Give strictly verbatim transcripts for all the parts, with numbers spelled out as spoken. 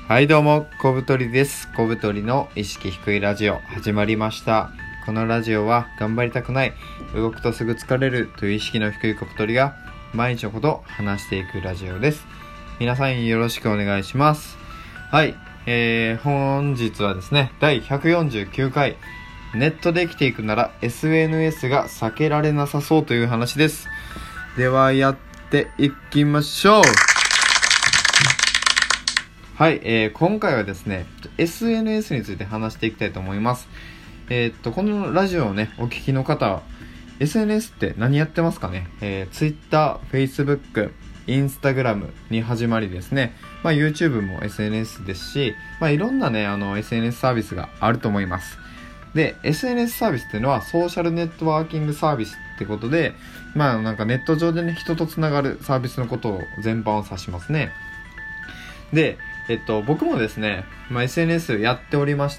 はいどうも、小太りです。小太りの意識低いラジオ始まりました。このラジオは頑張りたくない、動くとすぐ疲れるという意識の低い小太りが毎日のことを話していくラジオです。皆さんよろしくお願いします。はい、えー、本日はですね、だいひゃくよんじゅうきゅうかいネットで生きていくなら エスエヌエス が避けられなさそうという話です。ではやっていきましょう。はい、えー、今回はですね エスエヌエス について話していきたいと思います。えー、っとこのラジオをねお聞きの方は エスエヌエス って何やってますかね。えー、Twitter、Facebook、Instagram に始まりですね、まあ、YouTube も エスエヌエス ですし、まあ、いろんなねあの エスエヌエス サービスがあると思います。で エスエヌエス サービスっていうのはソーシャルネットワーキングサービスってことで、まあなんかネット上でね人とつながるサービスのことを全般を指しますね。でえっと、僕もですね、まあ、エスエヌエス やっておりまして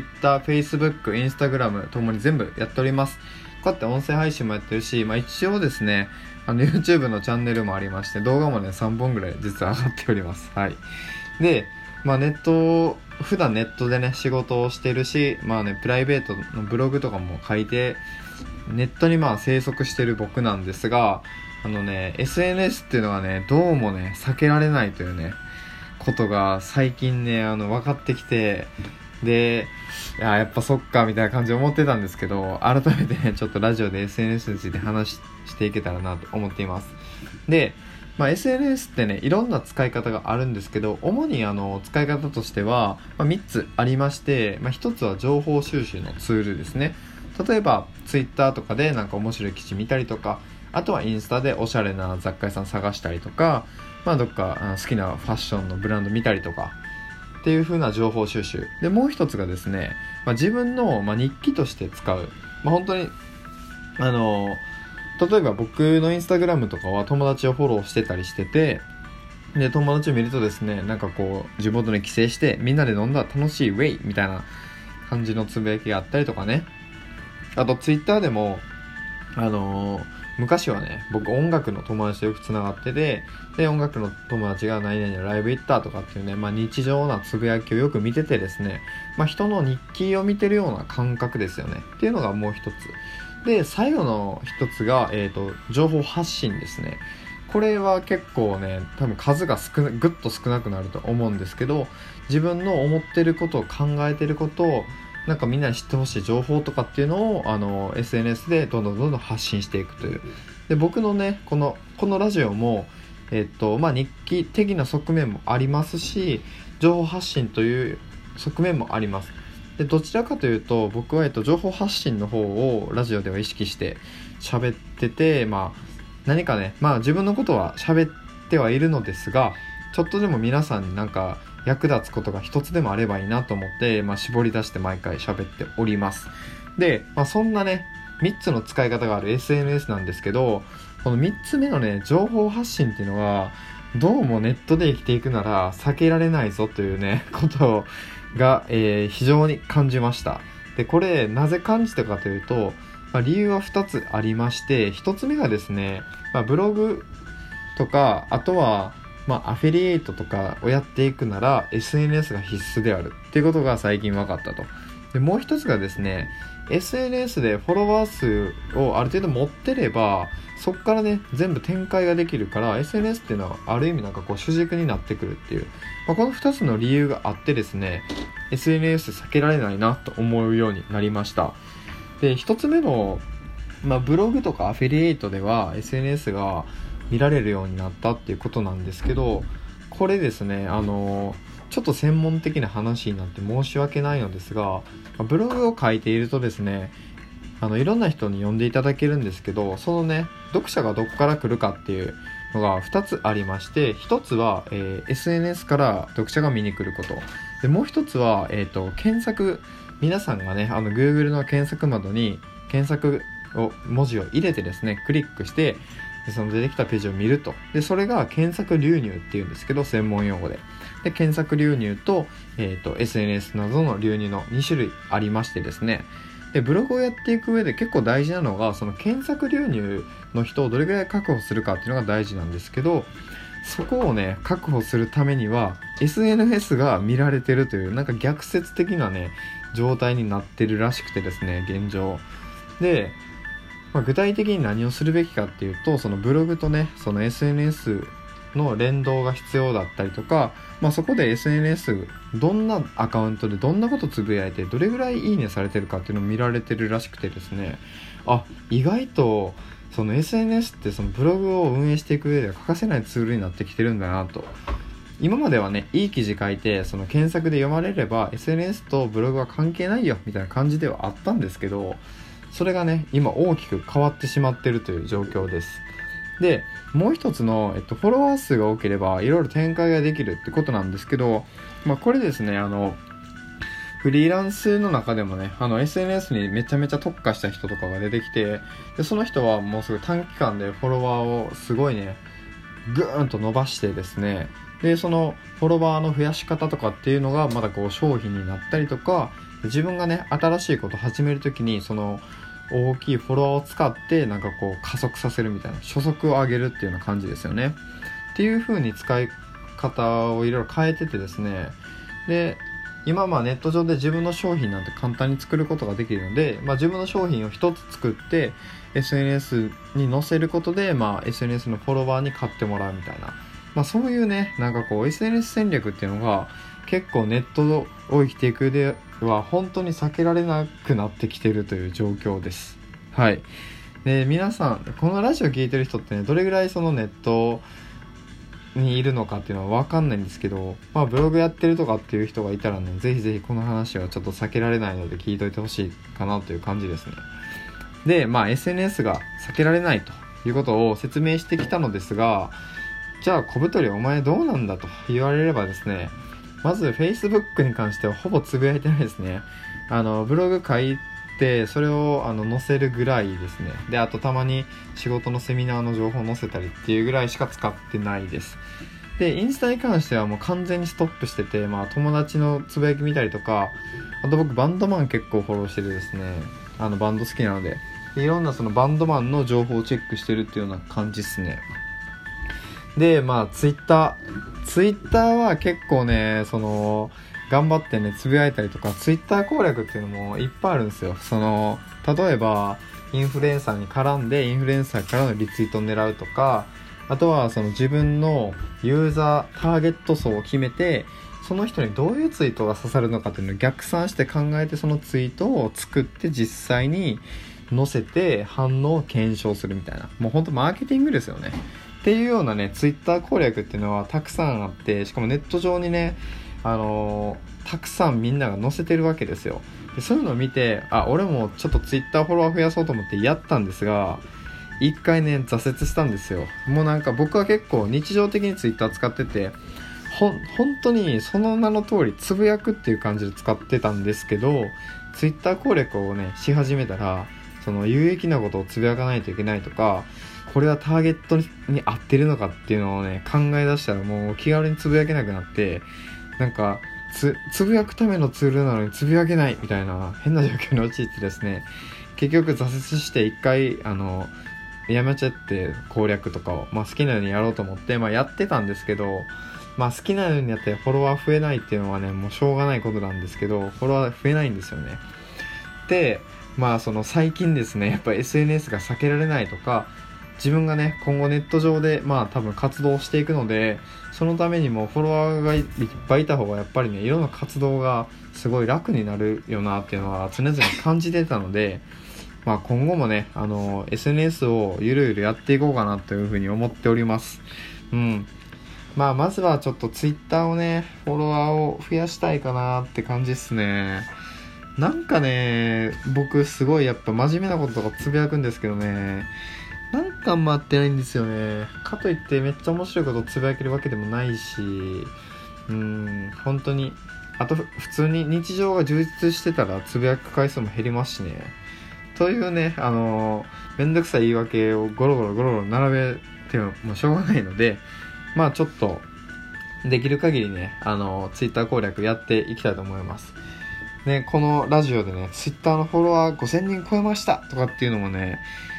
、Twitter、Facebook、Instagram ともに全部やっております。こうやって音声配信もやってるし、まあ、一応ですね、あの YouTube のチャンネルもありまして、動画もね、さんぼんぐらい実は上がっております。はい。で、まあ、ネット、普段ネットでね、仕事をしてるし、まあね、プライベートのブログとかも書いて、ネットにまあ生息してる僕なんですが、あのね、エスエヌエス っていうのがね、どうもね、避けられないというね、ことが最近ねあの分かってきて、でいややっぱそっかみたいな感じで思ってたんですけど、改めてねちょっとラジオで エスエヌエス について話ししていけたらなと思っています。で、まあ、エスエヌエス ってねいろんな使い方があるんですけど、主にあの使い方としては、まあ、みっつありまして、まあ、ひとつは情報収集のツールですね。例えば Twitter とかでなんか面白い記事見たりとか、あとはインスタでおしゃれな雑貨屋さん探したりとか、まあ、どっか好きなファッションのブランド見たりとかっていう風な情報収集で、もう一つがですね、まあ、自分の、まあ、日記として使う、まあ、本当にあの例えば僕のインスタグラムとかは友達をフォローしてたりしてて、で友達を見るとですね、なんかこう地元に帰省してみんなで飲んだら楽しいウェイみたいな感じのつぶやきがあったりとかね。あとツイッターでもあのー、昔はね僕音楽の友達とよくつながってて、で音楽の友達が何々のライブ行ったとかっていうね、まあ、日常なつぶやきをよく見ててですね、まあ、人の日記を見てるような感覚ですよねっていうのがもう一つで、最後の一つが、えーと、情報発信ですね。これは結構ね多分数が少なぐっと少なくなると思うんですけど、自分の思ってることを考えてることをなんかみんなに知ってほしい情報とかっていうのをあの エスエヌエス でどんどんどんどん発信していくという。で僕のねこのこのラジオもえっとまあ日記的な側面もありますし、情報発信という側面もあります。でどちらかというと僕はえっと情報発信の方をラジオでは意識して喋ってて、まあ何かねまあ自分のことは喋ってはいるのですが、ちょっとでも皆さんになんか役立つことが一つでもあればいいなと思って、まあ、絞り出して毎回喋っております。で、まあ、そんなねみっつの使い方がある エスエヌエス なんですけど、このみっつめのね情報発信っていうのはどうもネットで生きていくなら避けられないぞというねことが、えー、非常に感じました。でこれなぜ感じたかというと、まあ、理由はふたつありまして、ひとつめがですね、まあ、ブログとかあとはまあ、アフィリエイトとかをやっていくなら エスエヌエス が必須であるっていうことが最近分かったと。でもう一つがですね、 エスエヌエス でフォロワー数をある程度持ってればそこからね全部展開ができるから、 エスエヌエス っていうのはある意味なんかこう主軸になってくるっていう、まあ、このふたつの理由があってですね エスエヌエス 避けられないなと思うようになりました。でひとつめの、まあ、ブログとかアフィリエイトでは エスエヌエス が見られるようになったっていうことなんですけど、これですねあのちょっと専門的な話になって申し訳ないのですが、ブログを書いているとですねあのいろんな人に読んでいただけるんですけど、そのね読者がどこから来るかっていうのがふたつありまして、ひとつは、えー、エスエヌエス から読者が見に来ることで、もうひとつは、えーと、検索、皆さんがねあの Google の検索窓に検索を文字を入れてですねクリックしてでその出てきたページを見ると。でそれが検索流入っていうんですけど、専門用語で。で検索流入と、えーと、エスエヌエス などの流入のにしゅるいありましてですね、でブログをやっていく上で結構大事なのがその検索流入の人をどれぐらい確保するかっていうのが大事なんですけど、 そこをね確保するためには エスエヌエス が見られてるというなんか逆説的なね状態になってるらしくてですね、現状で、まあ、具体的に何をするべきかっていうと、そのブログとねその エスエヌエス の連動が必要だったりとか、まあ、そこで エスエヌエス どんなアカウントでどんなことつぶやいてどれぐらいいいねされてるかっていうのを見られてるらしくてですね、あ、意外とその エスエヌエス ってそのブログを運営していく上では欠かせないツールになってきてるんだなと。今まではねいい記事書いてその検索で読まれれば エスエヌエス とブログは関係ないよみたいな感じではあったんですけど、それがね今大きく変わってしまってるという状況です。でもう一つの、えっと、フォロワー数が多ければいろいろ展開ができるってことなんですけど、まあ、これですね、あのフリーランスの中でもねあの エスエヌエス にめちゃめちゃ特化した人とかが出てきて、でその人はもうすごい短期間でフォロワーをすごいねぐーんと伸ばしてですね、でそのフォロワーの増やし方とかっていうのがまだこう商品になったりとか、自分がね新しいことを始めるときにその大きいフォロワーを使ってなんかこう加速させるみたいな、初速を上げるっていうような感じですよねっていう風に使い方をいろいろ変えててですね、で今まあネット上で自分の商品なんて簡単に作ることができるので、まあ、自分の商品を一つ作って エスエヌエス に載せることで、まあ、エスエヌエス のフォロワーに買ってもらうみたいな、まあ、そういうねなんかこう エスエヌエス 戦略っていうのが結構ネットを生きていくでは本当に避けられなくなってきているという状況です。はい。で皆さんこのラジオ聞いてる人ってねどれぐらいそのネットにいるのかっていうのは分かんないんですけど、まあブログやってるとかっていう人がいたらねぜひぜひこの話はちょっと避けられないので聞いといてほしいかなという感じですね。でまあ エスエヌエス が避けられないということを説明してきたのですが、じゃあ小太りお前どうなんだと言われればですね、まず Facebook に関してはほぼつぶやいてないですね。あのブログ書いてそれをあの載せるぐらいですね。であとたまに仕事のセミナーの情報を載せたりっていうぐらいしか使ってないです。でインスタに関してはもう完全にストップしてて、まあ友達のつぶやき見たりとか、あと僕バンドマン結構フォローしてるですね、あのバンド好きなので、でいろんなそのバンドマンの情報をチェックしてるっていうような感じですね。でまあツイッターツイッターは結構ねその頑張ってねつぶやいたりとか、ツイッター攻略っていうのもいっぱいあるんですよ。その例えばインフルエンサーに絡んでインフルエンサーからのリツイートを狙うとか、あとはその自分のユーザーターゲット層を決めてその人にどういうツイートが刺さるのかっていうのを逆算して考えてそのツイートを作って実際に載せて反応を検証するみたいな、もうほんとマーケティングですよねっていうようなねツイッター攻略っていうのはたくさんあって、しかもネット上にねあのー、たくさんみんなが載せてるわけですよ。でそういうのを見て、あ俺もちょっとツイッターフォロワー増やそうと思ってやったんですが、一回ね挫折したんですよ。もうなんか僕は結構日常的にツイッター使ってて、ほん本当にその名の通りつぶやくっていう感じで使ってたんですけど、ツイッター攻略をねし始めたらその有益なことをつぶやかないといけないとか、これはターゲットに合ってるのかっていうのをね考え出したらもう気軽につぶやけなくなって、なんか つ, つぶやくためのツールなのにつぶやけないみたいな変な状況に陥ってですね、結局挫折して一回あのやめちゃって攻略とかを、まあ、好きなようにやろうと思って、まあ、やってたんですけど、まあ、好きなようにやってフォロワー増えないっていうのはねもうしょうがないことなんですけど、フォロワー増えないんですよね。でまあその最近ですねやっぱ エスエヌエス が避けられないとか、自分がね今後ネット上でまあ多分活動していくので、そのためにもフォロワーがいっぱいいた方がやっぱりねいろんな活動がすごい楽になるよなっていうのは常々感じてたので、まあ今後もねあの エスエヌエス をゆるゆるやっていこうかなというふうに思っております。うん。まあまずはちょっと Twitter をねフォロワーを増やしたいかなって感じですね。なんかね僕すごいやっぱ真面目なこととかつぶやくんですけどね、なんか回ってないんですよね。かといってめっちゃ面白いことをつぶやけるわけでもないし、うーん本当にあと普通に日常が充実してたらつぶやく回数も減りますしね。というねあのめんどくさい言い訳をゴロゴロゴロゴロ並べてもしょうがないので、まあちょっとできる限りねあのツイッター攻略やっていきたいと思います。ね、このラジオでねツイッターのフォロワーごせんにん超えましたとかっていうのもね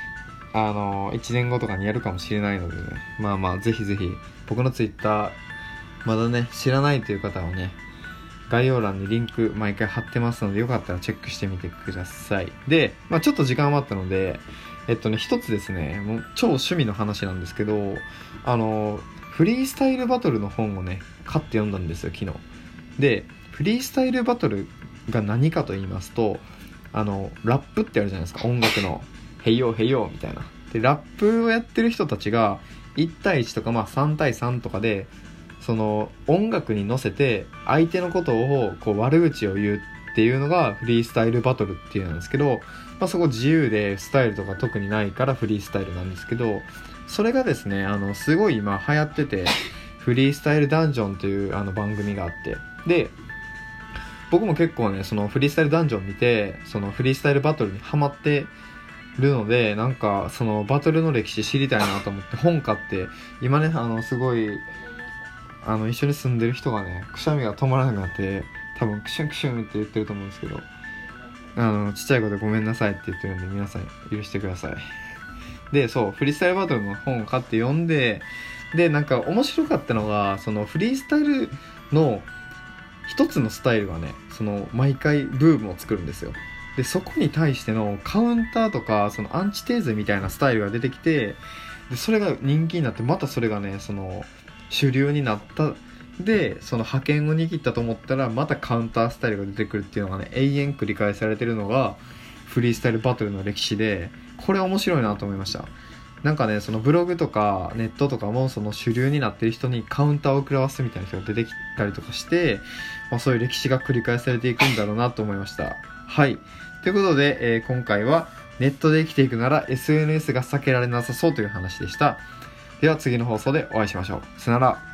あのいちねんごとかにやるかもしれないのでね、まあまあぜひぜひ僕のツイッターまだね知らないという方はね、概要欄にリンク毎回貼ってますので、よかったらチェックしてみてください。で、まあちょっと時間余ったので、えっとね一つですね、もう超趣味の話なんですけど、あのフリースタイルバトルの本をね買って読んだんですよ、昨日。でフリースタイルバトルが何かと言いますと、あのラップってあるじゃないですか、音楽のヘイヨーヘイヨーみたいな。でラップをやってる人たちがいち対いちとか、まあさん対さんとかでその音楽に乗せて相手のことをこう悪口を言うっていうのがフリースタイルバトルっていうなんですけど、まあ、そこ自由でスタイルとか特にないからフリースタイルなんですけど、それがですね、あのすごい今流行ってて、フリースタイルダンジョンというあの番組があって、で僕も結構ねそのフリースタイルダンジョン見て、そのフリースタイルバトルにハマってるので、なんかそのバトルの歴史知りたいなと思って本買って、今ねあのすごいあの一緒に住んでる人がねくしゃみが止まらなくなって、多分クシュンクシュンって言ってると思うんですけど、あのちっちゃい子でごめんなさいって言ってるんで皆さん許してください。でそうフリースタイルバトルの本を買って読んで、でなんか面白かったのが、そのフリースタイルの一つのスタイルがね、その毎回ブームを作るんですよ。でそこに対してのカウンターとかそのアンチテーゼみたいなスタイルが出てきて、でそれが人気になって、またそれがねその主流になった。でその覇権を握ったと思ったらまたカウンタースタイルが出てくるっていうのがね永遠繰り返されてるのがフリースタイルバトルの歴史で、これ面白いなと思いました。なんかねそのブログとかネットとかもその主流になってる人にカウンターを食らわすみたいな人が出てきたりとかして、まあ、そういう歴史が繰り返されていくんだろうなと思いました。はい、ということで、えー、今回はネットで生きていくなら エスエヌエス が避けられなさそうという話でした。では次の放送でお会いしましょう。さよなら。